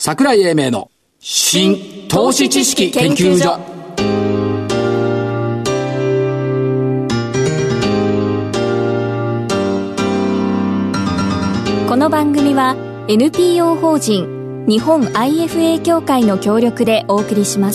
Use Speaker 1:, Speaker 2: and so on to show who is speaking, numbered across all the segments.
Speaker 1: 桜井英明の新投資知識研究所。
Speaker 2: この番組は NPO 法人日本 IFA 協会の協力でお送りします。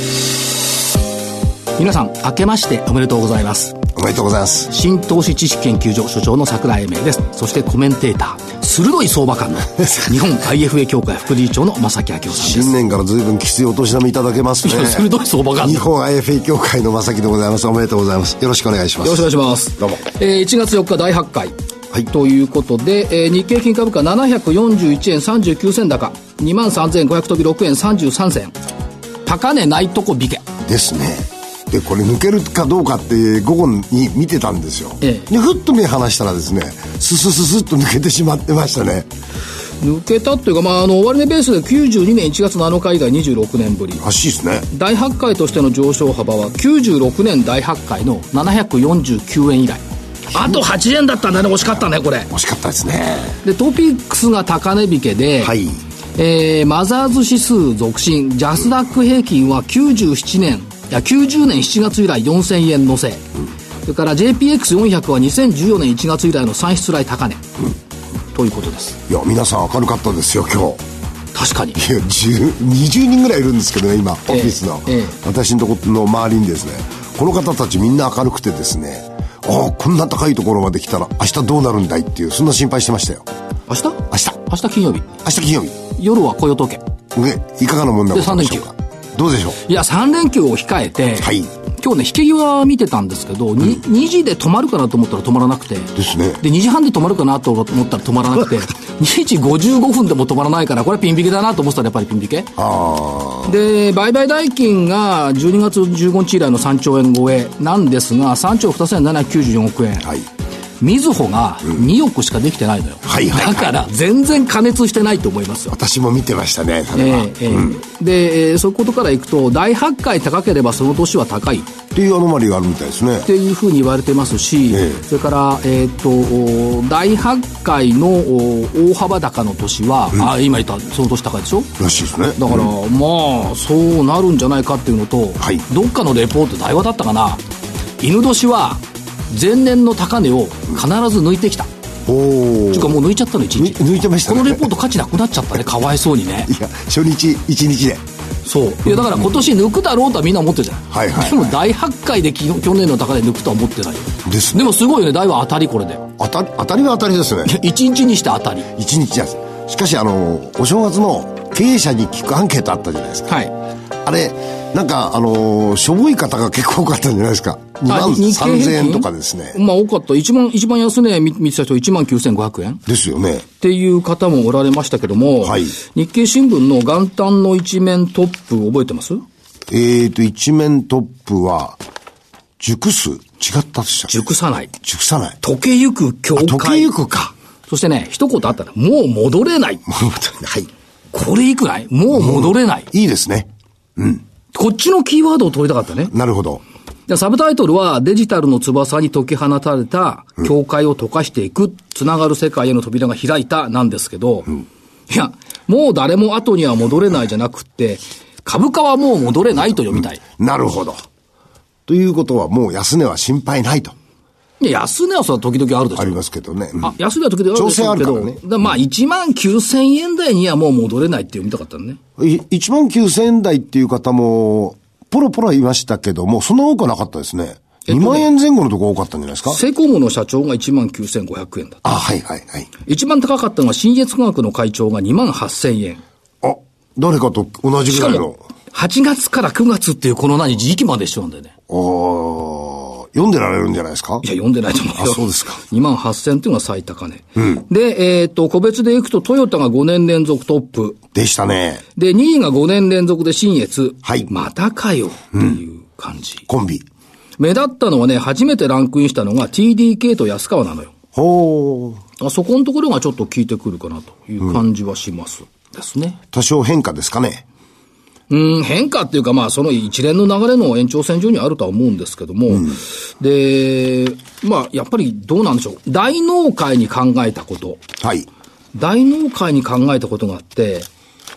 Speaker 1: 皆さん明けましておめでとうございます。
Speaker 3: おめでとうございます。
Speaker 1: 新投資知識研究所所長の桜井英明です。そしてコメンテーター、鋭い相場感の日本 IFA 協会副理事長の正木明夫さんです。
Speaker 3: 新年から随分きついお年玉いただけますね。
Speaker 1: 鋭い相場感、
Speaker 3: 日本 IFA 協会の正木でございます。おめでとうございます。よろしくお願いします。
Speaker 1: よろしくお願いします。どうも。1月4日第8回、
Speaker 3: はい、
Speaker 1: ということで、日経金株価741円39銭高 23,500 飛び6円33銭、高値ないとこ引け
Speaker 3: ですね。でこれ抜けるかどうかって午後に見てたんですよ、でふっと目離したらですね、スッと抜けてしまってましたね。
Speaker 1: 抜けたというか、終値ベースで92年1月7日以来26年ぶり
Speaker 3: らしいですね。
Speaker 1: 第8回としての上昇幅は96年第8回の749円以来、あと8円だったんだね。惜しかったね、これ
Speaker 3: 惜しかったですね。
Speaker 1: でトピックスが高値引けで、
Speaker 3: はい、
Speaker 1: マザーズ指数続伸、ジャスダック平均は90年7月以来4000円乗せ、それから JPX400 は2014年1月以来の算出来高値、ということです。
Speaker 3: いや皆さん明るかったですよ今日。
Speaker 1: 確かに。い
Speaker 3: や20人ぐらいいるんですけどね今オフィスの、私のところの周りにですね、この方たちみんな明るくてですね、こんな高いところまで来たら明日どうなるんだいっていう、そんな心配してましたよ。
Speaker 1: 明日金曜日。明日金曜日、夜は雇用統計
Speaker 3: ね、いかがなもんなので
Speaker 1: 3連休
Speaker 3: どうでしょう。
Speaker 1: いや3連休を控えて、
Speaker 3: はい、
Speaker 1: 今日ね引け際見てたんですけど、2時で止まるかなと思ったら止まらなくて
Speaker 3: ですね。
Speaker 1: で2時半で止まるかなと思ったら止まらなくて2時55分でも止まらないから、これはピン引きだなと思ってたらやっぱりピン引けで、売買代金が12月15日以来の3兆円超えなんですが、3兆2794億円、はい、みずほが2億しかできてないのよ、だから全然加熱してないと思いますよ。
Speaker 3: 私も見てましたね、それは。
Speaker 1: で、そういうことからいくと第8回高ければその年は高い
Speaker 3: っていうアノマリがあるみたいですね
Speaker 1: っていうふうに言われてますし、それから、第8回の大幅高の年は、今言ったその年高いでしょ
Speaker 3: らしいですね。
Speaker 1: だから、そうなるんじゃないかっていうのと、どっかのレポート台湾だったかな、犬年は前年の高値を必ず抜いてきた。っていうかもう抜いちゃったの1日。
Speaker 3: 抜いてましたね。
Speaker 1: このレポート価値なくなっちゃったね、かわいそうにね。
Speaker 3: いや初日1日で。
Speaker 1: そういやだから今年抜くだろうとはみんな思ってるじゃん、でも第8回で去年の高値抜くとは思ってないよです、ね、でもすごいよね、台は当たり。これで
Speaker 3: 当たりは当たりですね。
Speaker 1: 1日にして当たり。
Speaker 3: 1日です。しかしお正月の経営者に聞くアンケートあったじゃないですか、あれなんかしょぼい方が結構多かったんじゃないですか。2万3000円とかですね。
Speaker 1: 多かった。一番安値見てた人19,500円
Speaker 3: ですよね
Speaker 1: っていう方もおられましたけども、日経新聞の元旦の一面トップ覚えてます？
Speaker 3: 一面トップは熟す違ったでしたっけ？熟さない。
Speaker 1: 溶けゆく境界。
Speaker 3: 溶けゆくか。
Speaker 1: そしてね、一言あったらもう戻れない。これいくない？もう戻れない。
Speaker 3: いいですね。
Speaker 1: こっちのキーワードを取りたかったね。
Speaker 3: なるほど。
Speaker 1: サブタイトルはデジタルの翼に解き放たれた境界を溶かしていく、つながる世界への扉が開いたなんですけど、いやもう誰も後には戻れないじゃなくって株価はもう戻れないと読みたい、
Speaker 3: なるほど。ということはもう安値は心配ないと。
Speaker 1: いや安値はそれは時々あるでしょ。
Speaker 3: ありますけどね、
Speaker 1: 安値は時々あるでしょうけど、19,000円台にはもう戻れないって読みたかったね。
Speaker 3: 19,000円台っていう方もポロポロいましたけども、そんな多くはなかったですね。2万円前後のところ多かったんじゃないですか。
Speaker 1: セコムの社長が19,500円だった。一番高かったのは新越科学の会長が28,000円。
Speaker 3: 誰かと同じぐらいの。
Speaker 1: しかも8月から9月っていうこの時期まで一緒なんだよね。
Speaker 3: 読んでられるんじゃないですか。
Speaker 1: いや読んでないと思うよ。
Speaker 3: そうですか。
Speaker 1: 28,000っていうのが最高値、で個別でいくとトヨタが5年連続トップ
Speaker 3: でしたね。
Speaker 1: で2位が5年連続で新越、またかよっていう感じ、
Speaker 3: コンビ
Speaker 1: 目立ったのはね、初めてランクインしたのが TDK と安川なのよ。そこのところがちょっと効いてくるかなという感じはしますですね。
Speaker 3: 多少変化ですかね。
Speaker 1: 変化っていうか、その一連の流れの延長線上にあるとは思うんですけども、で、やっぱりどうなんでしょう。大納会に考えたこと。大納会に考えたことがあって、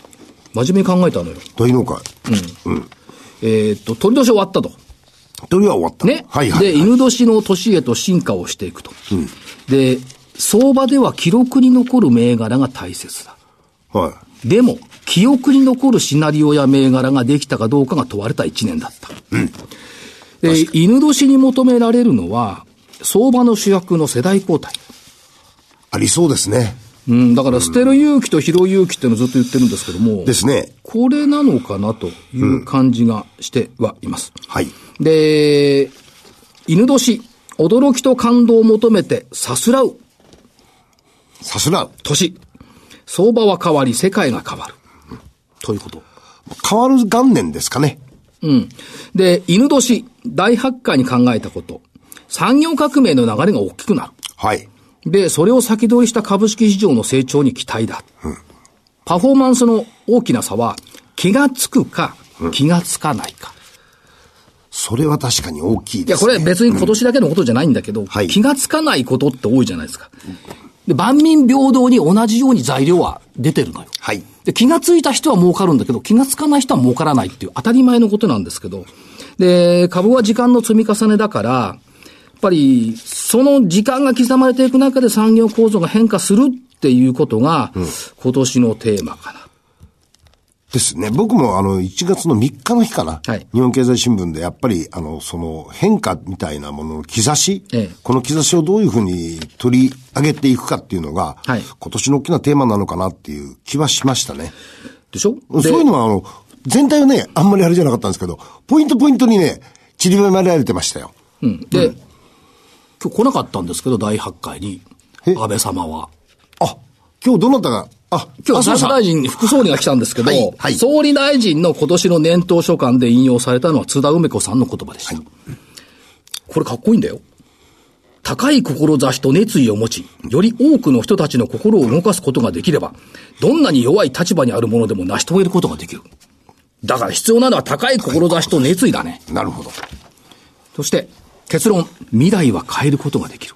Speaker 1: 真面目に考えたのよ。
Speaker 3: 大納会。
Speaker 1: 鳥年終わったと。
Speaker 3: 鳥は終わった。
Speaker 1: ね。はいはい、はい。で、犬年の年へと進化をしていくと。で、相場では記録に残る銘柄が大切だ。
Speaker 3: はい。
Speaker 1: でも、記憶に残るシナリオや銘柄ができたかどうかが問われた1年だった。で、犬年に求められるのは、相場の主役の世代交代。
Speaker 3: ありそうですね。
Speaker 1: だから捨てる勇気と拾う勇気っていうのをずっと言ってるんですけども。
Speaker 3: ですね。
Speaker 1: これなのかなという感じがしてはいます。
Speaker 3: はい。
Speaker 1: で、犬年、驚きと感動を求めてさすらう。
Speaker 3: さすらう。
Speaker 1: 年。相場は変わり、世界が変わる。ということ。
Speaker 3: 変わる元年ですかね。
Speaker 1: で、犬年、大発会に考えたこと。産業革命の流れが大きくなる。
Speaker 3: はい。
Speaker 1: で、それを先取りした株式市場の成長に期待だ。パフォーマンスの大きな差は、気がつくか、気がつかないか。
Speaker 3: それは確かに大きいですね。
Speaker 1: いや、これは別に今年だけのことじゃないんだけど、気がつかないことって多いじゃないですか。で、万民平等に同じように材料は出てるのよ。
Speaker 3: はい。
Speaker 1: で、気がついた人は儲かるんだけど、気がつかない人は儲からないっていう当たり前のことなんですけど、で、株は時間の積み重ねだから、やっぱり、その時間が刻まれていく中で産業構造が変化するっていうことが、今年のテーマかな。
Speaker 3: ですね。僕も1月の3日の日かな。
Speaker 1: はい。
Speaker 3: 日本経済新聞でやっぱりその変化みたいなものの兆し、この兆しをどういうふうに取り上げていくかっていうのが、はい、今年の大きなテーマなのかなっていう気はしましたね。
Speaker 1: でしょ？
Speaker 3: そういうのは全体はね、あんまりあれじゃなかったんですけど、ポイントにね、散りばめられてましたよ。
Speaker 1: で、今日来なかったんですけど、第8回に、安倍様は。
Speaker 3: 今日どなたが、
Speaker 1: 今日財務大臣に副総理が来たんですけど、はいはい、総理大臣の今年の年頭書簡で引用されたのは津田梅子さんの言葉でした。はい、これかっこいいんだよ。高い志と熱意を持ち、より多くの人たちの心を動かすことができれば、どんなに弱い立場にあるものでも成し遂げることができる。だから必要なのは高い志と熱意だね。
Speaker 3: なるほど。
Speaker 1: そして、結論、未来は変えることができる。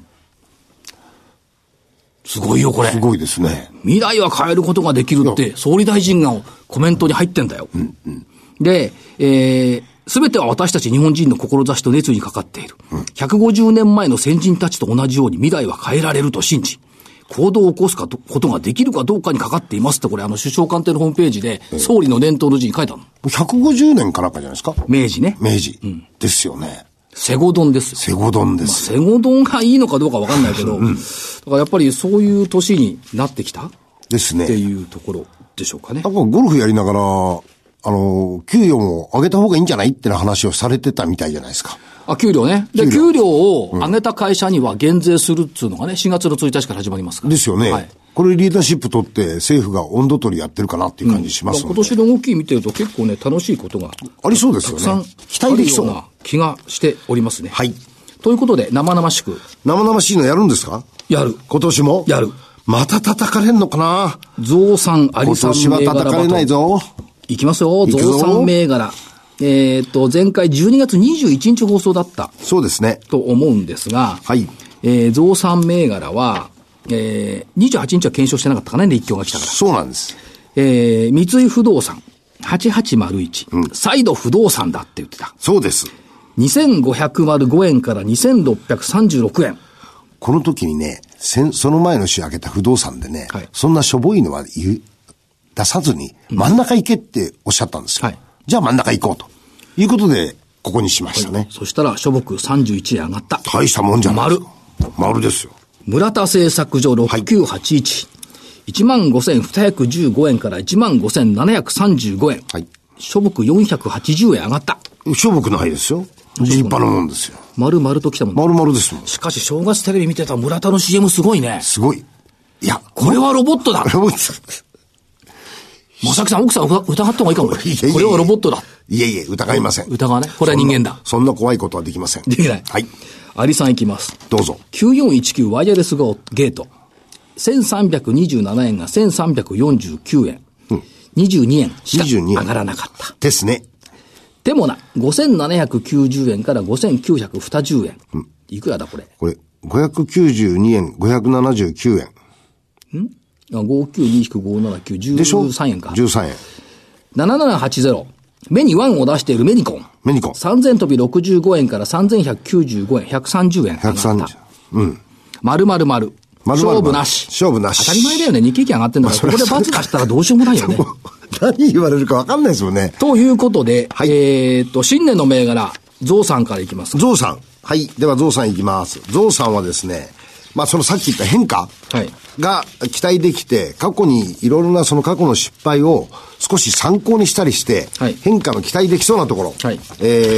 Speaker 1: すごいよ、これ。
Speaker 3: すごいですね。
Speaker 1: 未来は変えることができるって、総理大臣がコメントに入ってんだよ。で、すべては私たち日本人の志と熱意にかかっている。150年前の先人たちと同じように未来は変えられると信じ、行動を起こすことができるかどうかにかかっていますって、これ首相官邸のホームページで、総理の年頭の字に書いたの。
Speaker 3: 150年かなんかじゃないですか？
Speaker 1: 明治ね。
Speaker 3: 明治。ですよね。
Speaker 1: セゴ丼ですよ。
Speaker 3: セゴ丼です。
Speaker 1: セゴ丼がいいのかどうかわかんないけど、だからやっぱりそういう年になってきた
Speaker 3: ですね。
Speaker 1: っていうところでしょうかね。
Speaker 3: だからゴルフやりながら、給与も上げた方がいいんじゃないってな話をされてたみたいじゃないですか。
Speaker 1: 給料ね。で、給料を上げた会社には減税するっつうのがね、4月の1日から始まりますから。
Speaker 3: ですよね。はい。これリーダーシップ取って政府が温度取りやってるかなっていう感じしますので、
Speaker 1: 今年の動き見てると結構ね、楽しいことが
Speaker 3: ありそうですよね。
Speaker 1: たくさん期待できそうな気がしておりますね。
Speaker 3: はい。
Speaker 1: ということで、生々しく。
Speaker 3: 生々しいのやるんですか？
Speaker 1: やる。
Speaker 3: 今年も
Speaker 1: やる。
Speaker 3: また叩かれんのかな？
Speaker 1: 増産あり産銘柄。
Speaker 3: 今年は叩かれないぞ。
Speaker 1: いきますよ。増産銘柄。前回12月21日放送だった。
Speaker 3: そうですね。
Speaker 1: と思うんですが、
Speaker 3: はい。
Speaker 1: 増産銘柄は、28日は検証してなかったかね、立教が来たから。
Speaker 3: そうなんです。
Speaker 1: 三井不動産、8801、再度不動産だって言ってた。
Speaker 3: そうです。
Speaker 1: 2505円から2636円。
Speaker 3: この時にね、その前の週上げた不動産でね、はい、そんなしょぼいのは出さずに、真ん中行けっておっしゃったんですよ。はい、じゃあ真ん中行こうということで、ここにしましたね。はい、
Speaker 1: そしたら、諸木31円上がった。
Speaker 3: 大したもんじゃないですか。丸ですよ。
Speaker 1: 村田製作所6981。15,215 円から15,735 円。はい。諸木480円上がった。
Speaker 3: 諸木ないですよ。立派なもんですよ。
Speaker 1: 丸々と来たもん。
Speaker 3: 丸々ですもん。
Speaker 1: しかし正月テレビ見てた村田の CM すごいね。
Speaker 3: すごい。いや、
Speaker 1: これはロボットだ。
Speaker 3: ロボット。
Speaker 1: まさきさん、奥さん疑った方がいいかも。これはロボットだ。
Speaker 3: いえいえ、疑いません。
Speaker 1: 疑わない。これは人間だ。
Speaker 3: そんな怖いことはできません。
Speaker 1: できない。
Speaker 3: はい。
Speaker 1: アリさんいきます。
Speaker 3: どうぞ。
Speaker 1: 9419ワイヤレスゲート。1327円が1349円。22円しか上がらなかった。
Speaker 3: ですね。
Speaker 1: でもな、5790円から5920円。いくらだこれ。
Speaker 3: これ、592円、579円。
Speaker 1: 592-579、13円か。
Speaker 3: 13円。
Speaker 1: 7780。目にワンを出しているメニコン。
Speaker 3: メニコン。
Speaker 1: 3000飛び65円から3195円、130円。
Speaker 3: 130。うん。
Speaker 1: 丸々丸。勝負なし。
Speaker 3: 勝負なし。
Speaker 1: 当たり前だよね。日経平均上がってんだから、ここで罰出したらどうしようもないよね。
Speaker 3: 何言われるか分かんないですよね。
Speaker 1: ということで、はい、新年の銘柄、ゾウさんからいきます。
Speaker 3: ゾウさん。はい。ではゾウさんいきます。ゾウさんはですね、そのさっき言った変化が期待できて、過去にいろいろなその過去の失敗を少し参考にしたりして、はい、変化の期待できそうなところ。はい、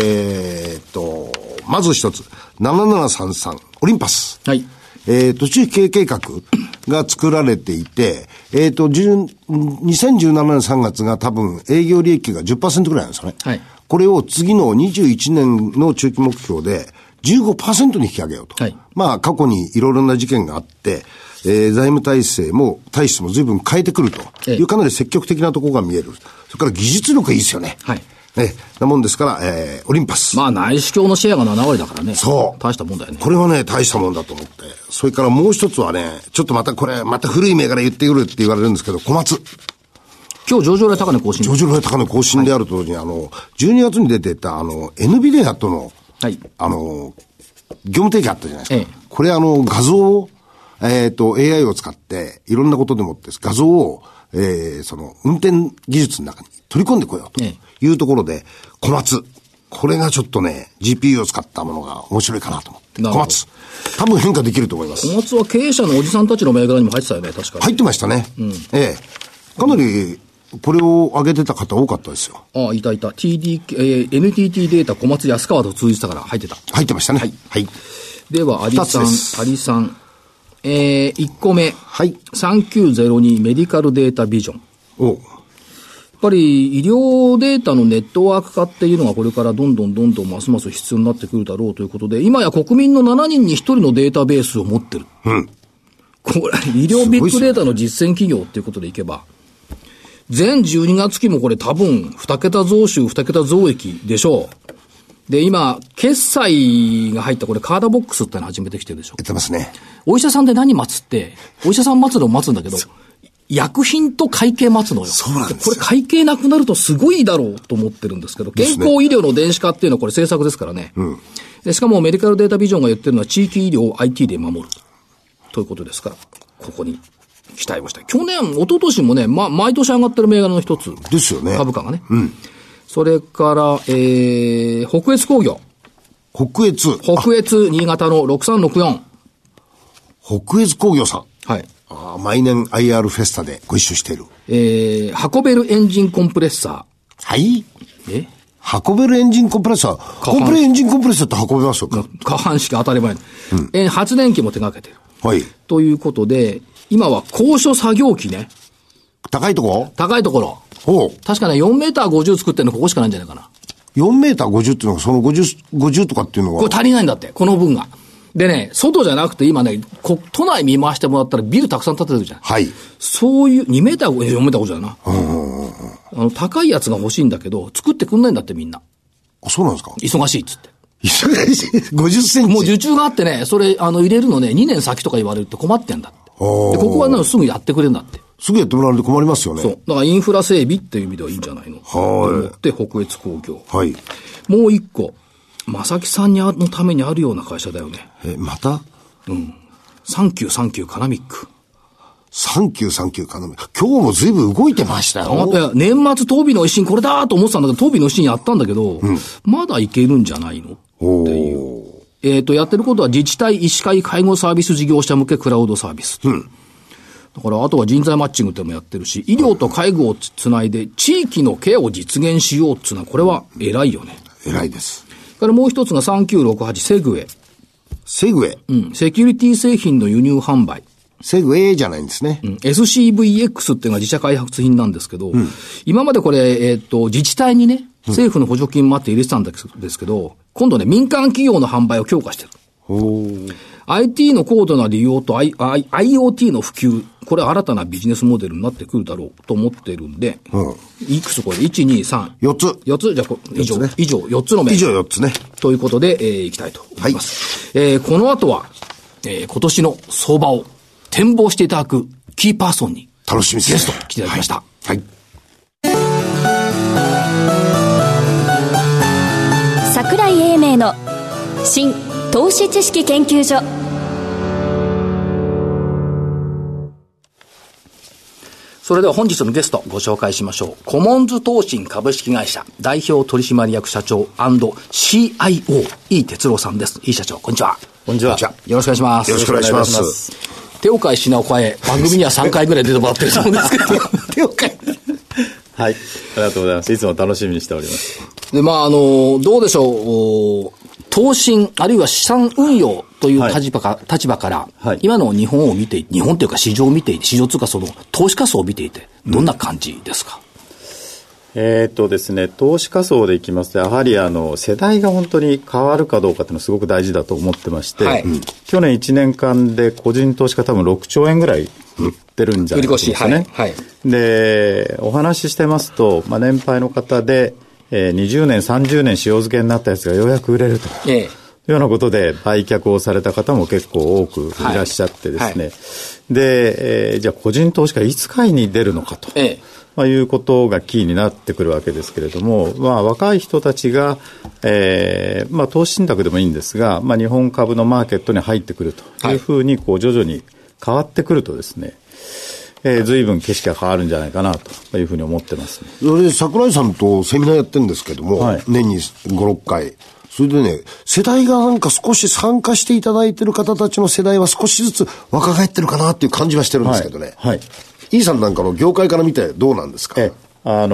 Speaker 3: まず一つ、7733、オリンパス。はい。中期経営計画が作られていて、2017年3月が多分営業利益が 10% ぐらいなんですよね。はい。これを次の21年の中期目標で 15% に引き上げようと。はい。過去にいろいろな事件があって、財務体質も随分変えてくるというかなり積極的なところが見える。それから技術力がいいですよね。はい。なもんですから、オリンパス。
Speaker 1: 内視鏡のシェアが7割だからね。
Speaker 3: そう。
Speaker 1: 大したもんだよね。
Speaker 3: これはね、大したもんだと思って。それからもう一つはね、ちょっとまた古い銘柄言ってくるって言われるんですけど、小松。
Speaker 1: 今日上場来高値更新。
Speaker 3: 上場来高値更新であると同時に、12月に出てた、NVIDIA との、はい。業務提携あったじゃないですか。これ画像を、AI を使って、いろんなことでもって画像を、その、運転技術の中に取り込んでこようというところで、小松。これがちょっとね、GPU を使ったものが面白いかなと思って。小松。多分変化できると思います。
Speaker 1: 小松は経営者のおじさんたちの銘柄にも入ってたよね、確かに。
Speaker 3: 入ってましたね。うん。かなり、これを上げてた方多かったですよ。
Speaker 1: ああ、いた。NTT データ小松安川と通じたから入ってた。
Speaker 3: 入ってましたね。はい。はい。
Speaker 1: では、アリさん。1個目。
Speaker 3: はい。
Speaker 1: 3902メディカルデータビジョン。
Speaker 3: お
Speaker 1: やっぱり医療データのネットワーク化っていうのがこれからどんどんますます必要になってくるだろうということで、今や国民の7人に1人のデータベースを持ってる。うん。これ、医療ビッグデータの実践企業っていうことでいけば、前12月期もこれ多分2桁増収、2桁増益でしょう。で、今、決済が入ったこれカードボックスっての始めてきてるでしょ。
Speaker 3: やってますね。
Speaker 1: お医者さんで何待つって、お医者さん待つのを待つんだけど、薬品と会計待つのよ。
Speaker 3: そうなんですよ。
Speaker 1: これ会計なくなるとすごいだろうと思ってるんですけど、健康医療の電子化っていうのはこれ政策ですからね。うん。で、しかもメディカルデータビジョンが言ってるのは地域医療を IT で守る。ということですから、ここに期待をしたい。去年、一昨年もね、毎年上がってる銘柄の一つ。
Speaker 3: ですよね。
Speaker 1: 株価がね。うん。それから、北越工業。
Speaker 3: 北越、
Speaker 1: 新潟の6364。
Speaker 3: 北越工業さん。
Speaker 1: はい。
Speaker 3: 毎年 IR フェスタでご一緒している。
Speaker 1: 運べるエンジンコンプレッサー。
Speaker 3: はい。運べるエンジンコンプレッサー。エンジンコンプレッサーって運べますよか。
Speaker 1: 下半式当たり前。うん。発電機も手掛けてる。
Speaker 3: はい。
Speaker 1: ということで、今は高所作業機ね。
Speaker 3: 高いところ。
Speaker 1: ほう。確かね、4メーター50作ってるのここしかないんじゃないかな。
Speaker 3: 4メーター50っていうのは、その50とかっていうのは。
Speaker 1: これ足りないんだって、この分が。でね、外じゃなくて今ね、都内見回してもらったらビルたくさん建ててるじゃん。はい。そういう、2メーター50、4メーター50だな。高いやつが欲しいんだけど、作ってくんないんだってみんな。
Speaker 3: あ、そうなんですか？
Speaker 1: 忙しいっつって。
Speaker 3: 忙しい ?50 センチ。
Speaker 1: もう受注があってね、それ、入れるのね、2年先とか言われると困ってんだって。で、ここはね、すぐやってくれるんだって。
Speaker 3: すぐやってもらわれて困りますよね。
Speaker 1: そう。だからインフラ整備っていう意味ではいいんじゃないの。はい。と思って、北越工業。
Speaker 3: はい。
Speaker 1: もう一個。正木さんのためにあるような会社だよね。
Speaker 3: また？
Speaker 1: うん。3939カナミック。
Speaker 3: 3939カナミック。今日も随分動いてましたよ。
Speaker 1: 年末当備の一新これだと思ってたんだけど、当備の一新やったんだけど、まだいけるんじゃないのっていう。やってることは自治体、医師会、介護サービス事業者向けクラウドサービス。うん。だから、あとは人材マッチングってのもやってるし、医療と介護をつないで地域のケアを実現しようっていうのは、これは偉いよね。
Speaker 3: 偉いです。
Speaker 1: からもう一つが3968セグウェイ。
Speaker 3: セグウェイ。
Speaker 1: うん。セキュリティ製品の輸入販売。
Speaker 3: セグウェイじゃないんですね。
Speaker 1: うん。SCVX っていうのが自社開発品なんですけど、今までこれ、自治体にね、政府の補助金もあって入れてたんですけど、今度ね、民間企業の販売を強化してる。IT の高度な利用と、IoT の普及、これ新たなビジネスモデルになってくるだろうと思ってるんで、いくつこれ ?1、2、3。
Speaker 3: 4つ。
Speaker 1: 4つじゃあ、以上4つの銘柄。
Speaker 3: 以上4つね。
Speaker 1: ということで、いきたいと思います。はい、この後は、今年の相場を展望していただくキーパーソンに
Speaker 3: 楽しみですね。
Speaker 1: ゲスト来ていただきました。
Speaker 3: はい。
Speaker 2: 櫻井英明の新投資知識研究所。
Speaker 1: それでは本日のゲストご紹介しましょう。コモンズ投信株式会社代表取締役社長&CIO 井哲郎さんです。井社長、こんにちは。
Speaker 4: こんにちは。
Speaker 1: よろしくお願いします。
Speaker 3: よろしくお願いします。
Speaker 1: 手を変え品を変え、番組には3回ぐらい出てもらってるそうですけど手を変え
Speaker 4: はい、ありがとうございます。いつも楽しみにしております。
Speaker 1: で、どうでしょう、投信あるいは資産運用という立場から、はい、今の日本を見ていて、日本というか市場を見ていて、市場というかその投資家層を見ていてどんな感じですか？
Speaker 4: ですね、投資家層でいきますと、やはり世代が本当に変わるかどうかというのはすごく大事だと思ってまして、はい、去年1年間で個人投資家多分6兆円ぐらい売ってるんじゃないかと思うんですよね。はいはい、で、お話ししてますと、年配の方で、20年、30年塩漬けになったやつがようやく売れると。いうようなことで売却をされた方も結構多くいらっしゃってですね。はいはい、で、じゃあ個人投資家いつ買いに出るのかと。いうことがキーになってくるわけですけれども、若い人たちが、投資信託でもいいんですが、日本株のマーケットに入ってくるというふうに、徐々に変わってくるとですね、随分景色が変わるんじゃないかなというふうに思ってますね。
Speaker 3: それで櫻井さんとセミナーやってるんですけども、はい、年に5、6回。それでね、世代がなんか少し参加していただいてる方たちの世代は少しずつ若返ってるかなっていう感じはしてるんですけどね。はい。イーさんなんかの業界から見てどうなんですか？
Speaker 4: 我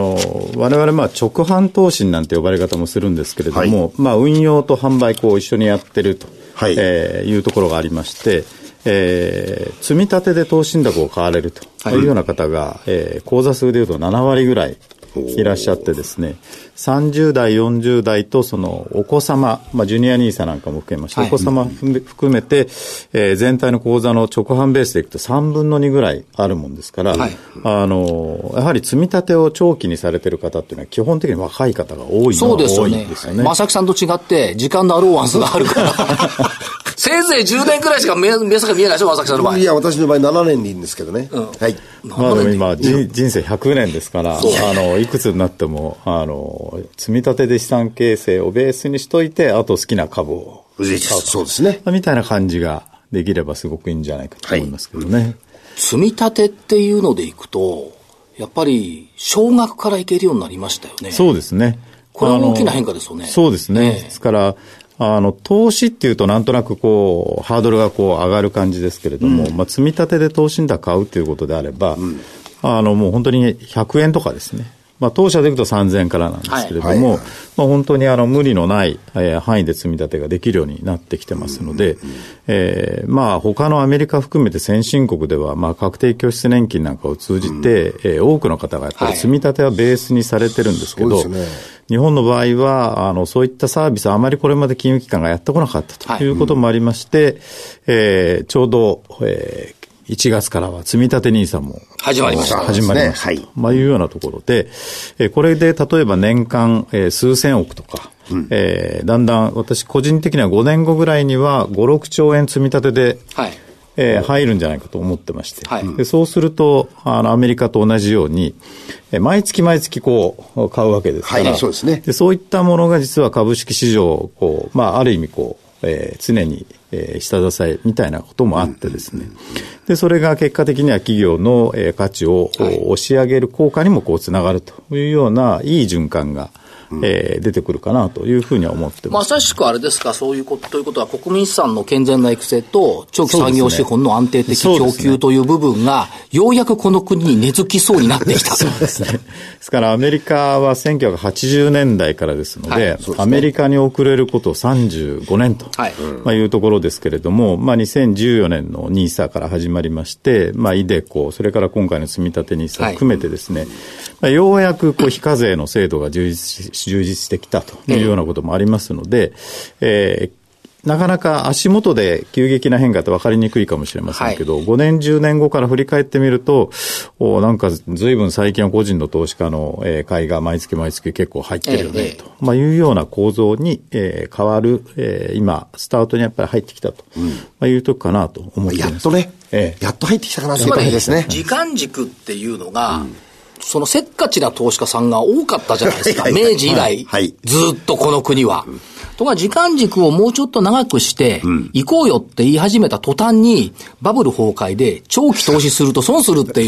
Speaker 4: 々直販投信なんて呼ばれ方もするんですけれども、はい、運用と販売一緒にやってると、はい、いうところがありまして、積み立てで投資信託を買われるというような方が、口座数でいうと7割ぐらいいらっしゃってですね、30代、40代とそのお子様、ジュニアニーサなんかも含めまして、はい、お子様含めて、全体の口座の直販ベースでいくと3分の2ぐらいあるもんですから、はい、やはり積み立てを長期にされている方っていうのは基本的に若い方が多いのが多いんですよね。
Speaker 1: 正木さんと違って時間のアローワンスがあるからせいぜい10年くらいしか目先見えないでしょ、正木さんの場合。い
Speaker 3: や、私の場合7年でいいんですけどね。うん、はい。
Speaker 4: でも今、人生100年ですから、いくつになっても、積み立てで資産形成をベースにしといて、あと好きな株を買う。
Speaker 3: そうですね。
Speaker 4: みたいな感じができればすごくいいんじゃないかと思いますけどね。はい、
Speaker 1: 積み立てっていうのでいくと、やっぱり少額からいけるようになりましたよね。
Speaker 4: そうですね。
Speaker 1: これは大きな変化ですよね。
Speaker 4: そうですね。ですから、投資っていうとなんとなくハードルが上がる感じですけれども、積み立てで投資信託買うということであれば、もう本当に100円とかですね。当社でいくと3000円からなんですけれども、本当に無理のない範囲で積み立てができるようになってきてますので、他のアメリカ含めて先進国では、確定拠出年金なんかを通じて、多くの方がやっぱり積み立てはベースにされてるんですけど、日本の場合はそういったサービスはあまりこれまで金融機関がやってこなかったということもありまして、ちょうど、1月からは積立 NISA も
Speaker 1: 始まりました。
Speaker 4: 始まりました。はい。いうようなところで、これで例えば年間、数千億とか、だんだん私個人的には5年後ぐらいには5、6兆円積み立てで、入るんじゃないかと思ってまして、でそうするとアメリカと同じように毎月買うわけですから、
Speaker 3: そうですね。
Speaker 4: でそういったものが実は株式市場をある意味常に下支えみたいなこともあってですね、でそれが結果的には企業の価値を押し上げる効果にもつながるというようないい循環が出てくるかなというふうには思ってます。
Speaker 1: まさしくあれですか、そういうことということは国民資産の健全な育成と長期産業資本の安定的供給という部分がようやくこの国に根付きそうになってきた。
Speaker 4: そうですね。ですからアメリカは1980年代からですので、アメリカに遅れること35年というところですけれども、2014年の NISA から始まりまして、iDeCo、それから今回の積立 NISA 含めてですね、ようやく非課税の制度が充実してきたというようなこともありますので、 なかなか足元で急激な変化って分かりにくいかもしれませんけど、5年10年後から振り返ってみると、なんか随分最近は個人の投資家の買いが毎月毎月結構入ってるよねと、いうような構造に変わる、今スタートにやっぱり入ってきたと、いうとこかなと思っています。
Speaker 3: やっとね、やっと入ってきたかなという感じですね。
Speaker 1: 時間軸っていうのが、そのせっかちな投資家さんが多かったじゃないですか。明治以来、ずっとこの国は。とか時間軸をもうちょっと長くして、行こうよって言い始めた途端に、バブル崩壊で長期投資すると損するっていう、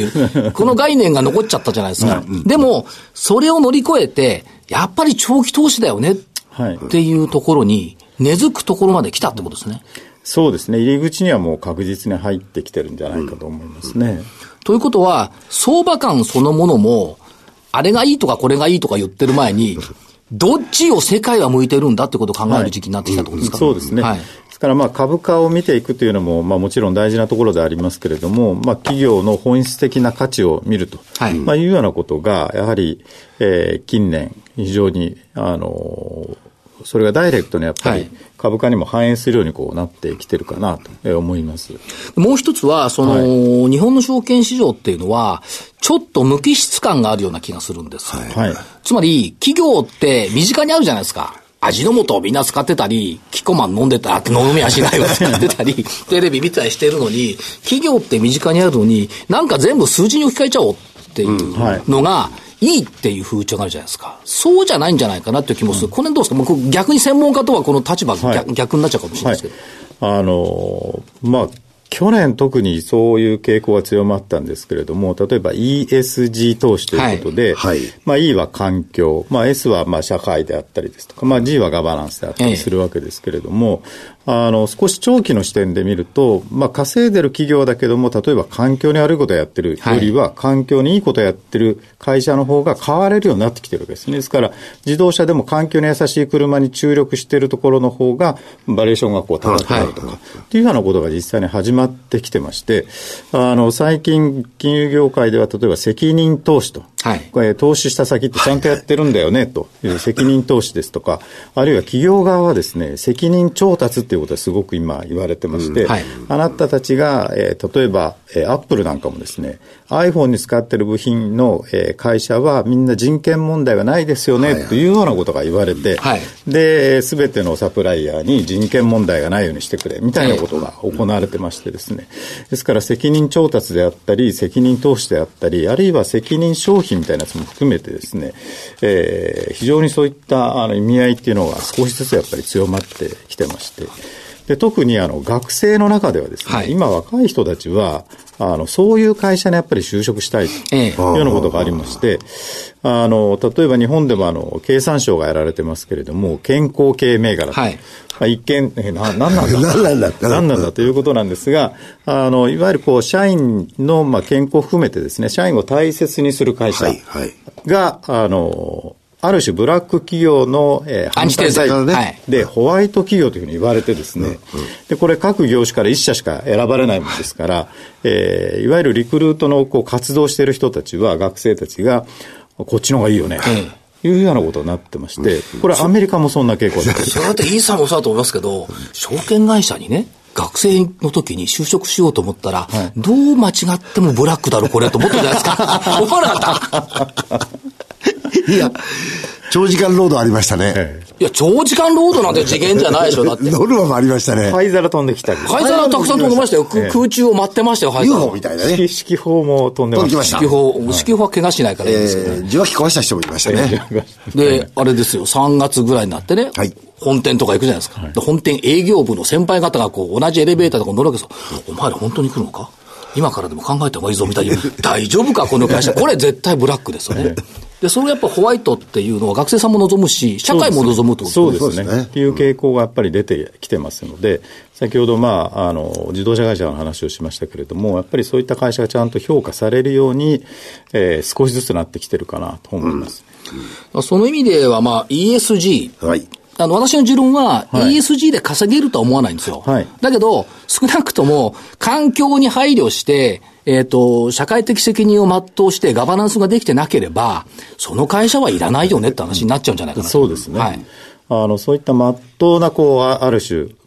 Speaker 1: この概念が残っちゃったじゃないですか。でも、それを乗り越えて、やっぱり長期投資だよねっていうところに、根付くところまで来たってことですね。
Speaker 4: そうですね。入り口にはもう確実に入ってきてるんじゃないかと思いますね。
Speaker 1: ということは、相場感そのものも、あれがいいとかこれがいいとか言ってる前に、どっちを世界は向いてるんだってことを考える時期になってきたってことですか、
Speaker 4: そうですね。ですから株価を見ていくというのももちろん大事なところでありますけれども、企業の本質的な価値を見ると、いうようなことがやはり、近年非常にそれがダイレクトにやっぱり株価にも反映するようにこうなってきてるかなと思います。
Speaker 1: もう一つは日本の証券市場っていうのはちょっと無機質感があるような気がするんです。つまり企業って身近にあるじゃないですか。味の素をみんな使ってたり、キッコマン飲んでたら飲みやしないを使ってたり、テレビ見たりしてるのに、企業って身近にあるのに、なんか全部数字に置き換えちゃおうっていうのが、いいっていう風潮があるじゃないですか。そうじゃないんじゃないかなっていう気もする。これどうですか？もう逆に専門家とはこの立場が逆になっちゃうかもしれないですけど。
Speaker 4: 去年特にそういう傾向が強まったんですけれども、例えば ESG 投資ということで、E は環境、S は社会であったりですとか、G はガバナンスであったりするわけですけれども、少し長期の視点で見ると、稼いでる企業だけども、例えば環境に悪いことをやってるよりは、環境にいいことをやってる会社の方が買われるようになってきてるわけですね。ですから、自動車でも環境に優しい車に注力しているところの方が、バリエーションが高くなるとか、っていうようなことが実際に始まってきてまして、最近、金融業界では、例えば責任投資と、投資した先ってちゃんとやってるんだよね、という責任投資ですとか、あるいは企業側はですね、責任調達っていうことはすごく今言われてまして、あなたたちが、例えば、アップルなんかもですね、iPhone に使ってる部品の、会社はみんな人権問題がないですよね、というようなことが言われて、で、すべてのサプライヤーに人権問題がないようにしてくれ、みたいなことが行われてましてですね、ですから責任調達であったり、責任投資であったり、あるいは責任消費みたいなやつも含めてですね、非常にそういった意味合いっていうのが少しずつやっぱり強まってきてまして、で特に学生の中ではですね、今若い人たちはそういう会社にやっぱり就職したいというようなことがありまして、例えば日本でも経産省がやられてますけれども、健康系銘柄と、一見何なんだということなんですが、いわゆる社員の健康を含めてですね、社員を大切にする会社が、ある種ブラック企業の、反対剤でホワイト企業というふうに言われてですね、でこれ各業種から1社しか選ばれないものですから、いわゆるリクルートの活動している人たちは、学生たちがこっちの方がいいよね、というようなことになってまして、これアメリカもそんな傾向です。
Speaker 1: それだってイーさんもそうだと思いますけど、証券会社にね、学生の時に就職しようと思ったら、どう間違ってもブラックだろこれと思ったじゃないですか。思わなかった。
Speaker 3: いや、長時間労働ありましたね。
Speaker 1: いや、長時間労働なんて次元じゃないでしょ、だって。
Speaker 3: ノルマもありましたね。
Speaker 4: 灰皿飛んできたり。
Speaker 1: 灰皿たくさん飛んでましたよ。空中を舞ってましたよ、灰皿。
Speaker 3: UFO みたいなね。
Speaker 4: 指揮法も飛んでました。
Speaker 1: 指揮法は怪我しないからいいんですけどね。
Speaker 3: 受話器壊した人もいましたね。
Speaker 1: で、あれですよ、3月ぐらいになってね、本店とか行くじゃないですか。で本店営業部の先輩方が同じエレベーターとか乗るわけですよ。お前ら本当に来るのか？今からでも考えた方がいいぞみたいに。大丈夫かこの会社。これ絶対ブラックですよね。で、それやっぱホワイトっていうのは学生さんも望むし、社会も望むってことですね。
Speaker 4: そうですね。っていう傾向がやっぱり出てきてますので、先ほど自動車会社の話をしましたけれども、やっぱりそういった会社がちゃんと評価されるように、少しずつなってきてるかなと思います。
Speaker 1: その意味ではESG。私の持論は ESG で稼げるとは思わないんですよ。だけど、少なくとも環境に配慮して、社会的責任を全うしてガバナンスができてなければ、その会社はいらないよねって話になっちゃうんじゃないかな。
Speaker 4: そうですね。そういった真っ当なある種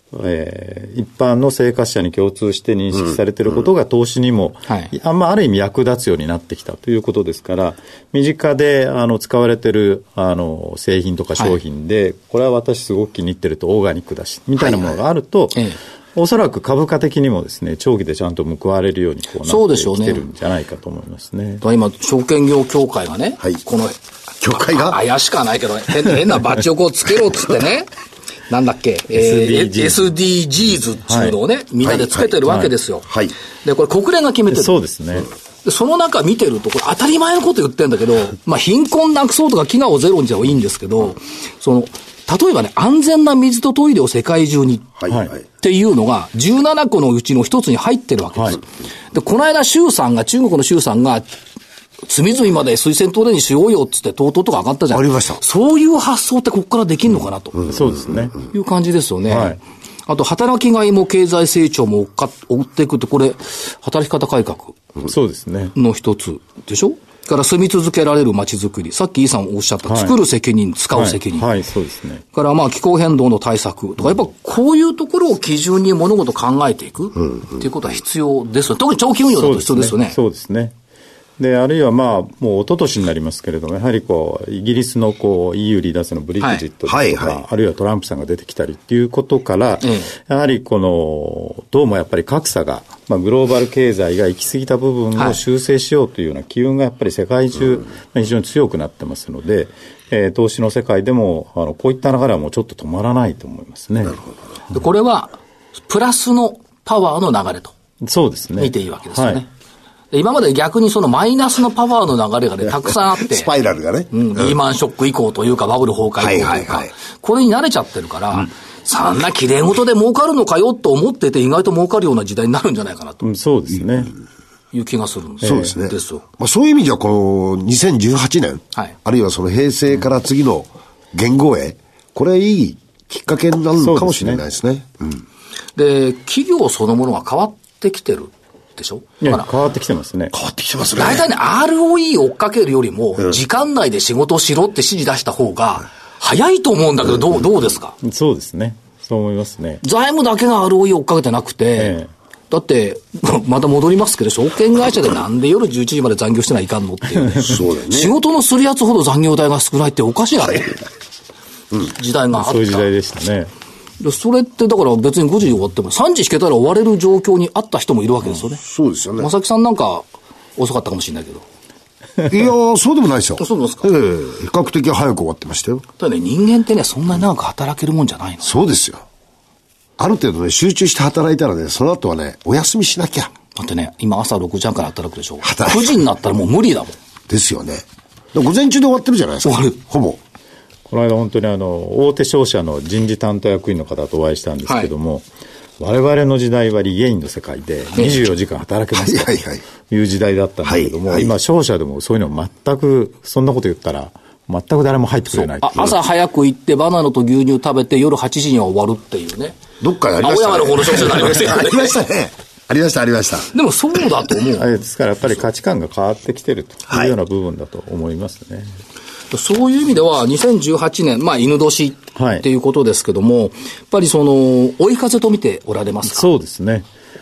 Speaker 4: 一般の生活者に共通して認識されていることが投資にも、ある意味役立つようになってきたということですから、身近で使われている製品とか商品で、これは私すごく気に入ってるとオーガニックだしみたいなものがあると、おそらく株価的にもですね、長期でちゃんと報われるようにこうなってきてるんじゃないかと思いますね。
Speaker 1: 今証券業協会がね、この
Speaker 3: 協会が
Speaker 1: 怪しかないけど変なバッジをこうつけろっつってねなんだっけ、SDGs っていうのをね、みんなでつけてるわけですよ。で、これ国連が決めてる。
Speaker 4: そうですね。
Speaker 1: で、その中見てると、これ当たり前のこと言ってんだけど、貧困なくそうとか飢餓をゼロにじゃいいんですけど、例えばね、安全な水とトイレを世界中に、っていうのが17個のうちの一つに入ってるわけです。で、この間中国の習さんが、隅々まで水洗トイレにしようよっつってとうとうとか上がったじゃん。
Speaker 3: ありました。
Speaker 1: そういう発想ってここからできるのかなと。
Speaker 4: そうですね。
Speaker 1: いう感じですよね。あと、働きがいも経済成長も追っていくって、これ、働き方改革。
Speaker 4: そうですね。
Speaker 1: の一つでしょ？から住み続けられる街づくり。さっきイさんおっしゃった、作る責任、使う責任。
Speaker 4: そうですね。
Speaker 1: から気候変動の対策とか、やっぱこういうところを基準に物事を考えていくっていうことは必要ですよ。特に長期運用だと必要ですよね。
Speaker 4: そうですね。で、あるいはもう一昨年になりますけれども、やはりイギリスのEU 離脱のブリグジットとか、あるいはトランプさんが出てきたりっていうことから、やはりどうもやっぱり格差が、グローバル経済が行き過ぎた部分を修正しようというような機運がやっぱり世界中、非常に強くなってますので、投資の世界でも、こういった流れはもうちょっと止まらないと思いますね。なるほ
Speaker 1: ど。これは、プラスのパワーの流れと。
Speaker 4: そうですね。
Speaker 1: 見ていいわけですよね。今まで逆にそのマイナスのパワーの流れがね、たくさんあって。
Speaker 3: スパイラルがね。
Speaker 1: リーマンショック以降というか、バブル崩壊以降というか、これに慣れちゃってるから、そんな綺麗事で儲かるのかよと思ってて、意外と儲かるような時代になるんじゃないかなと。
Speaker 4: そうですね。
Speaker 1: いう気がするんです。
Speaker 3: そうですね。
Speaker 1: ですよ。
Speaker 3: そういう意味じゃ、この2018年、あるいはその平成から次の元号へ、これいいきっかけになるのかもしれないですね。
Speaker 1: で、企業そのものが変わってきてる。でしょ？
Speaker 4: 変わってきてますね。
Speaker 3: 変わってきてますね。
Speaker 1: 大体ね、ROE を追っかけるよりも、時間内で仕事をしろって指示出した方が、早いと思うんだけど、どうですか？
Speaker 4: そうですね。そう思いますね。
Speaker 1: 財務だけが ROE を追っかけてなくて、だって、また戻りますけど、証券会社でなんで夜11時まで残業してないかんのっていうね。
Speaker 3: そうだよね。
Speaker 1: 仕事のするやつほど残業代が少ないっておかしいなね。時代があった。
Speaker 4: そういう時代でしたね。
Speaker 1: それってだから別に5時に終わっても3時引けたら終われる状況にあった人もいるわけですよね。
Speaker 3: そうですよね。
Speaker 1: 正木さんなんか遅かったかもしれないけど。
Speaker 3: いやー、そうでもないですよ。
Speaker 1: そうですか。
Speaker 3: 比較的早く終わってましたよ。
Speaker 1: ただね、人間ってね、そんなに長く働けるもんじゃないの。
Speaker 3: そうですよ。ある程度ね、集中して働いたらね、その後はね、お休みしなきゃ。
Speaker 1: だってね、今朝6時半から働くでしょ。9時になったらもう無理だもん。
Speaker 3: ですよね。午前中で終わってるじゃないですか。ほぼ。
Speaker 4: この間本当に大手商社の人事担当役員の方とお会いしたんですけども、我々の時代はリゲインの世界で24時間働けますという時代だったんだけども、今商社でもそういうの全く、そんなこと言ったら全く誰も入ってくれない。
Speaker 1: 朝早く行ってバナナと牛乳食べて夜8時には終わるっていうね。
Speaker 3: どっかやりましたね。
Speaker 1: 青山の方の商社になりましたよね。
Speaker 3: ありましたね。ありました。
Speaker 1: でもそうだと思う。
Speaker 4: ですからやっぱり価値観が変わってきてるというような部分だと思いますね。
Speaker 1: そういう意味では2018年、犬年っていうことですけども、やっぱり追い風と見ておられますか？
Speaker 4: そうですね。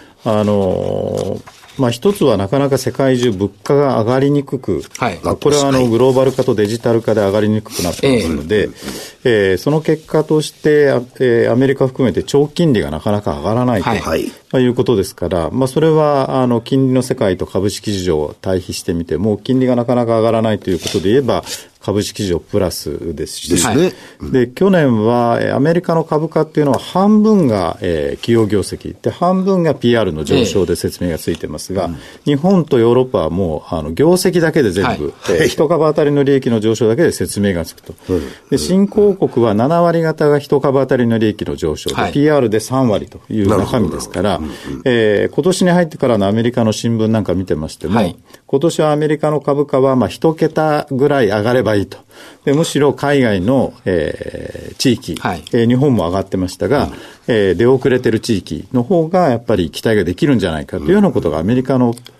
Speaker 4: 一つはなかなか世界中物価が上がりにくく、これはグローバル化とデジタル化で上がりにくくなってますので、その結果として、アメリカ含めて長期金利がなかなか上がらないということですから、それは金利の世界と株式市場を対比してみても、金利がなかなか上がらないということで言えば、株式市場プラスですし、で去年はアメリカの株価っていうのは半分が企業業績で半分が PR の上昇で説明がついてますが、日本とヨーロッパはもう業績だけで全部、一株当たりの利益の上昇だけで説明がつくと。で新興国は7割方が一株当たりの利益の上昇で、PR で3割という中身ですから、今年に入ってからのアメリカの新聞なんか見てましても、今年はアメリカの株価は1桁ぐらい上がればいいと。でむしろ海外の、地域、日本も上がってましたが、出遅れてる地域の方がやっぱり期待ができるんじゃないかというようなことがアメリカの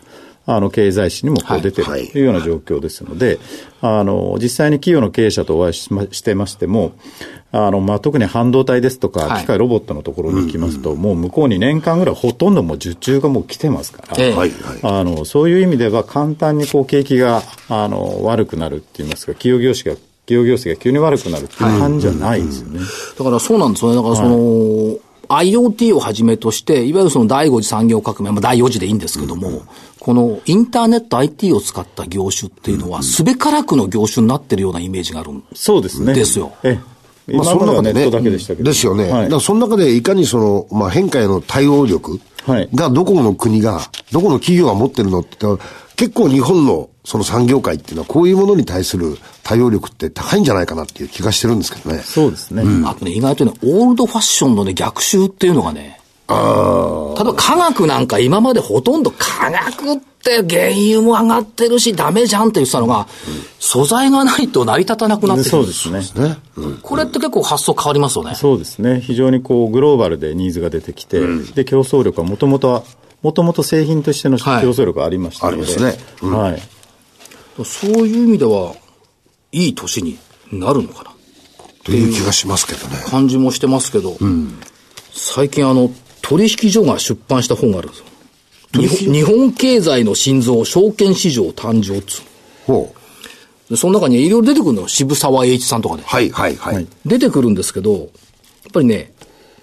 Speaker 4: 経済誌にもこう出てるというような状況ですので、実際に企業の経営者とお会いしてましても、特に半導体ですとか、機械ロボットのところに行きますと、もう向こうに年間ぐらいほとんどもう受注がもう来てますから、そういう意味では簡単にこう景気が、悪くなるって言いますか、企業業績が急に悪くなるっていう感じじゃないですよね。
Speaker 1: だからそうなんですよね。だからIoT をはじめとして、いわゆるその第5次産業革命、第4次でいいんですけども、このインターネット IT を使った業種っていうのは、すべからくの業種になってるようなイメージがあるんですよ。
Speaker 4: そうですね。
Speaker 1: ですよ。
Speaker 4: 今まではネットだけでしたけど。
Speaker 3: ですよね。だからその中でいかに変化への対応力がどこの国が、どこの企業が持ってるのって言ったら、結構日本のその産業界っていうのはこういうものに対する対応力って高いんじゃないかなっていう気がしてるんですけどね。
Speaker 4: そうですね。
Speaker 1: あとね、意外とね、オールドファッションのね、逆襲っていうのがね、例えば科学なんか今までほとんど科学って原油も上がってるしダメじゃんって言ってたのが、素材がないと成り立たなくなってくる。
Speaker 4: そうですね。
Speaker 1: これって結構発想変わりますよね。
Speaker 4: そうですね。非常にこうグローバルでニーズが出てきて、で競争力はもともと製品としての競争力がありましたので、
Speaker 3: ありますね。
Speaker 1: そういう意味ではいい年になるのかな
Speaker 3: という気がしますけどね。
Speaker 1: 感じもしてますけど、最近取引所が出版した本があるんですよ。日本経済の心臓、証券市場誕生っつう。でその中にいろいろ出てくるのよ。渋沢栄一さんとかで。出てくるんですけど、やっぱりね、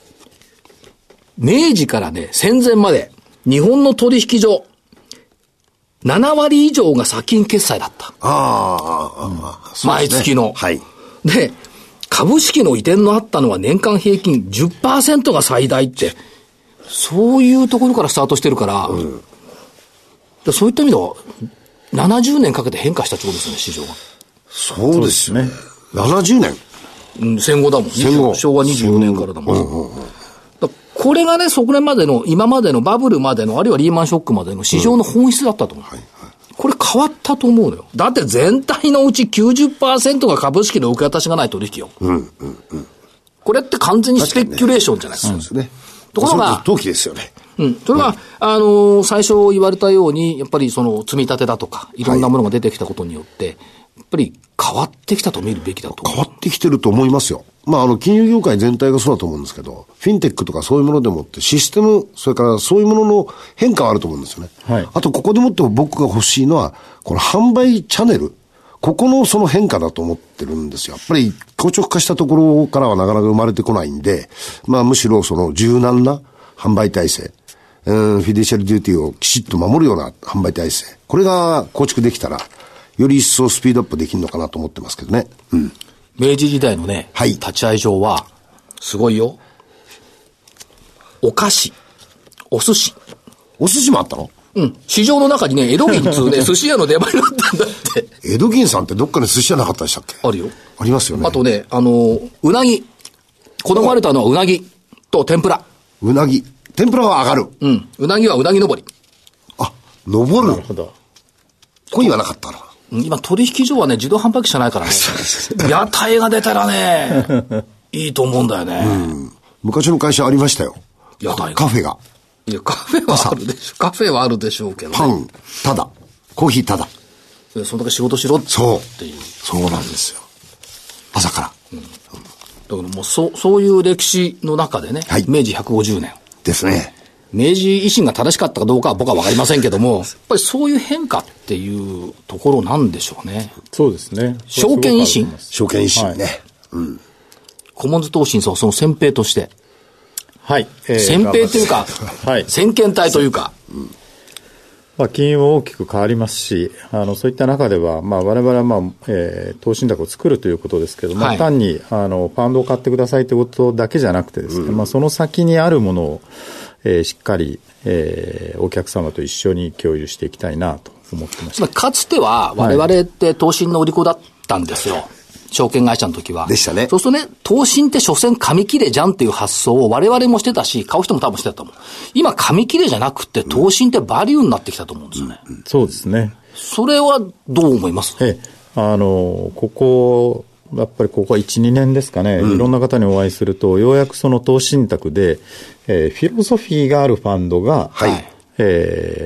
Speaker 1: 明治からね、戦前まで、日本の取引所、7割以上が先金決済だった。毎月の。で、株式の移転のあったのは年間平均 10% が最大って、そういうところからスタートしてるから、そういった意味では、70年かけて変化したってことですよね、市場が。
Speaker 3: そうですね。70
Speaker 1: 年、戦後だもん。昭和24年からだもん。これがね、そこまでの、今までのバブルまでの、あるいはリーマンショックまでの市場の本質だったと思う。これ変わったと思うのよ。だって全体のうち 90% が株式の受け渡しがない取引よ。これって完全にスペキュレーションじゃないですか。
Speaker 3: そうですね。
Speaker 1: ところが、
Speaker 3: 投機ですよね。
Speaker 1: それが、最初言われたように、やっぱりその積み立てだとか、いろんなものが出てきたことによって、やっぱり変わってきたと見るべきだと思う。
Speaker 3: 変わってきてると思いますよ。金融業界全体がそうだと思うんですけど、フィンテックとかそういうものでもってシステム、それからそういうものの変化はあると思うんですよね。あと、ここでもって僕が欲しいのは、この販売チャンネル。ここのその変化だと思ってるんですよ。やっぱり硬直化したところからはなかなか生まれてこないんで、むしろその柔軟な販売体制、フィデンシャルデューティーをきちっと守るような販売体制。これが構築できたら、より一層スピードアップできるのかなと思ってますけどね。
Speaker 1: 明治時代のね、立ち会い場は、すごいよ。お菓子、お寿司。
Speaker 3: お寿司もあったの？
Speaker 1: 市場の中にね、江戸銀通ね、寿司屋の出前があったんだって。
Speaker 3: 江戸銀さんってどっかに寿司屋なかったでしたっけ？
Speaker 1: あるよ。
Speaker 3: ありますよね。
Speaker 1: あとね、うなぎ。好まれたのはうなぎと天ぷら。
Speaker 3: うなぎ。天ぷらは上がる。
Speaker 1: うなぎはうなぎ登り。
Speaker 3: 登る。
Speaker 4: なるほど。
Speaker 3: ここにはなかったな。
Speaker 1: 今取引所はね、自動販売機じゃないからね。屋台が出たらね、いいと思うんだよね。
Speaker 3: 昔の会社ありましたよ。
Speaker 1: 屋台
Speaker 3: カフェが。
Speaker 1: いや、カフェはあるでしょ。カフェはあるでしょうけど、ね。
Speaker 3: パン、ただ。コーヒーただ。
Speaker 1: そんだけ仕事しろっていう。
Speaker 3: そうなんですよ。朝から。
Speaker 1: だからもうそういう歴史の中でね、明治150年。
Speaker 3: ですね。
Speaker 1: 明治維新が正しかったかどうかは僕は分かりませんけども、やっぱりそういう変化っていうところなんでしょうね。
Speaker 4: そうですね。
Speaker 1: 証券維新
Speaker 3: 証券維新ね。
Speaker 1: コモンズ投信さんはその先兵として。先兵というか、先見隊というか。
Speaker 4: 金融も大きく変わりますし、そういった中では、我々は、投資信託を作るということですけども、単に、ファンドを買ってくださいということだけじゃなくてですね、その先にあるものを、しっかり、お客様と一緒に共有していきたいなと思ってました。
Speaker 1: かつては、我々って投信の売り子だったんですよ。証券会社の時は。
Speaker 3: でしたね。
Speaker 1: そうするとね、投信って所詮紙切れじゃんっていう発想を我々もしてたし、買う人も多分してたと思う。今、紙切れじゃなくて、投信ってバリューになってきたと思うんですよね。
Speaker 4: そうですね。
Speaker 1: それはどう思います？
Speaker 4: ここは1、2年ですかね、いろんな方にお会いすると、ようやくその投資信託で、フィロソフィーがあるファンドが、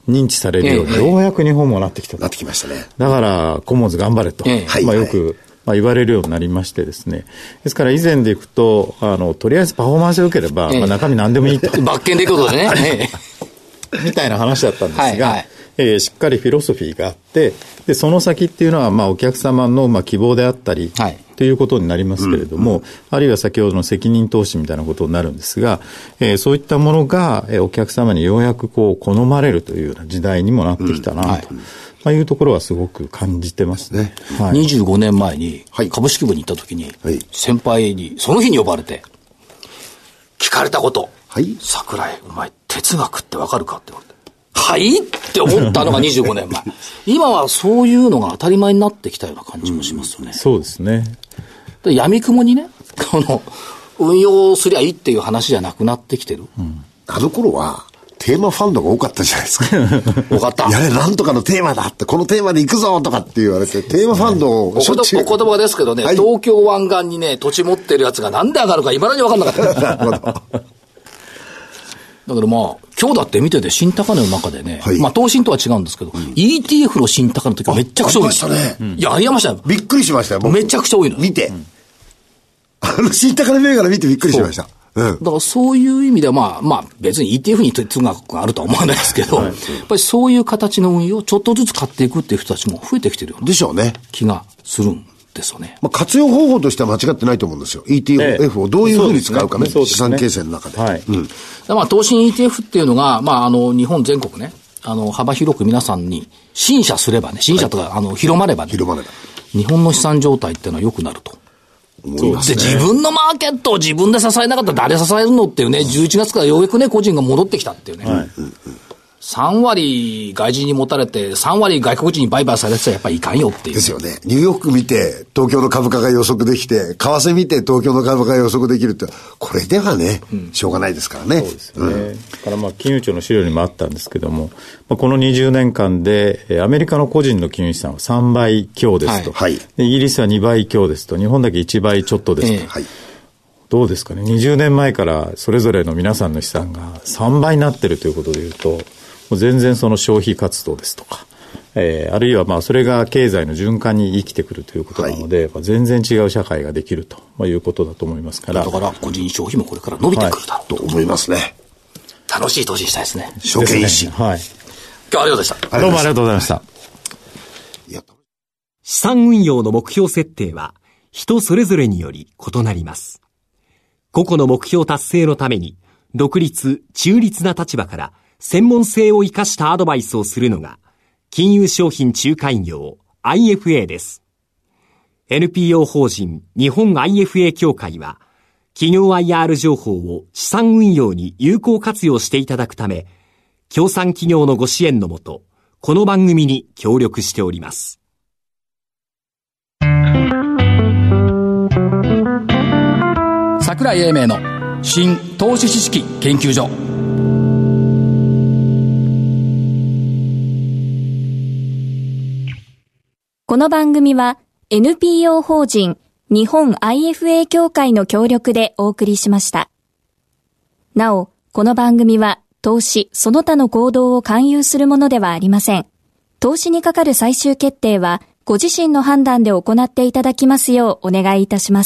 Speaker 4: 認知されるように、ようやく日本もなってきたと。
Speaker 3: なってきましたね。
Speaker 4: だから、コモンズ頑張れと、よく、言われるようになりましてですね。ですから以前でいくと、とりあえずパフォーマンスが良ければ、中身何でもいいと。
Speaker 1: バッケンでいくことでね。
Speaker 4: みたいな話だったんですが、しっかりフィロソフィーがあって、で、その先っていうのは、お客様の、希望であったり、ということになりますけれども、あるいは先ほどの責任投資みたいなことになるんですが、そういったものが、お客様にようやく好まれるというような時代にもなってきたなと。いうところはすごく感じてますね。
Speaker 1: 25年前に株式部に行った時に、先輩にその日に呼ばれて聞かれたこと、桜井お前哲学ってわかるかって言われて、はいって思ったのが25年前。今はそういうのが当たり前になってきたような感じもしますよね。
Speaker 4: そうですね。
Speaker 1: で闇雲にね、運用すりゃいいっていう話じゃなくなってきてる。
Speaker 3: あの頃はテーマファンドが多かったじゃないですか。
Speaker 1: 多かった。
Speaker 3: いや、なんとかのテーマだって、このテーマで行くぞとかって言われて、テーマファンドをしょっちゅう。
Speaker 1: お言葉ですけどね、東京湾岸にね、土地持ってるやつがなんで上がるか未だに分かんなかった。なるほど。だから今日だって見てて新高値の中でね、東進とは違うんですけど、ETF の新高値の時はめっちゃくちゃ多い。
Speaker 3: ありましたね。
Speaker 1: いや、ありましたよ。
Speaker 3: びっくりしましたよ。
Speaker 1: めちゃくちゃ多いの。
Speaker 3: 見て。新高値銘柄見てびっくりしました。
Speaker 1: だからそういう意味では別に ETF に哲学があるとは思わないですけど、やっぱりそういう形の運用をちょっとずつ買っていくっていう人たちも増えてきてるような
Speaker 3: でしょうね。
Speaker 1: 気がするんですよね。
Speaker 3: 活用方法としては間違ってないと思うんですよ。ETF をどういうふうに使うかね。資産形成の中で。
Speaker 1: 東進 ETF っていうのが、日本全国ね、幅広く皆さんに審査すればね、審査とか、広まればね、日本の資産状態っていうのは良くなると。で、自分のマーケットを自分で支えなかったら誰支えるのっていうね、11月からようやくね、個人が戻ってきたっていうね。3割外人に持たれて、3割外国人に売買されてたらやっぱりいかんよっていう。
Speaker 3: ですよね。ニューヨーク見て、東京の株価が予測できて、為替見て、東京の株価が予測できるって、これではね、しょうがないですからね。
Speaker 4: そうですね。だから金融庁の資料にもあったんですけども、この20年間で、アメリカの個人の金融資産は3倍強ですと。でイギリスは2倍強ですと。日本だけ1倍ちょっとですと。どうですかね。20年前からそれぞれの皆さんの資産が3倍になってるということでいうと、もう全然その消費活動ですとか、あるいはそれが経済の循環に生きてくるということなので、全然違う社会ができるということだと思いますから。
Speaker 1: だから個人消費もこれから伸びてくるだろう
Speaker 3: と思いますね。
Speaker 1: 楽しい投資したいですね。
Speaker 3: 証券維持。
Speaker 1: 今日はありがとうございました。
Speaker 4: どうもありがとうございました。
Speaker 5: 資産運用の目標設定は人それぞれにより異なります。個々の目標達成のために独立、中立な立場から専門性を生かしたアドバイスをするのが金融商品仲介業 IFA です。NPO 法人日本 IFA 協会は企業 IR 情報を資産運用に有効活用していただくため、協賛企業のご支援のもと、この番組に協力しております。
Speaker 1: 櫻井英明の新投資知識研究所。
Speaker 2: この番組は NPO 法人日本 IFA 協会の協力でお送りしました。なお、この番組は投資その他の行動を勧誘するものではありません。投資にかかる最終決定はご自身の判断で行っていただきますようお願いいたします。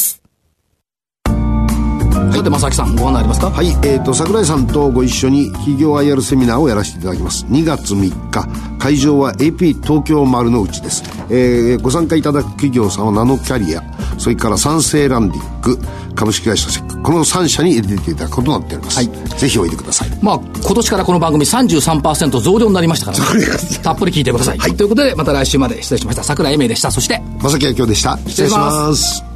Speaker 1: さて、正木さん、ご案内ありますか？
Speaker 3: はい、櫻井さんとご一緒に企業 IR セミナーをやらせていただきます。2月3日、会場は AP 東京丸の内です。ご参加いただく企業さんはナノキャリア、それから三成ランディック、株式会社セック、この3社に出ていただくことになっております。ぜひおいでください。
Speaker 1: 今年からこの番組 33% 増量になりましたから、ね、たっぷり聞いてください。ということで、また来週まで失礼しました。櫻井英明でした。そして
Speaker 3: 正木明夫でした。失礼します。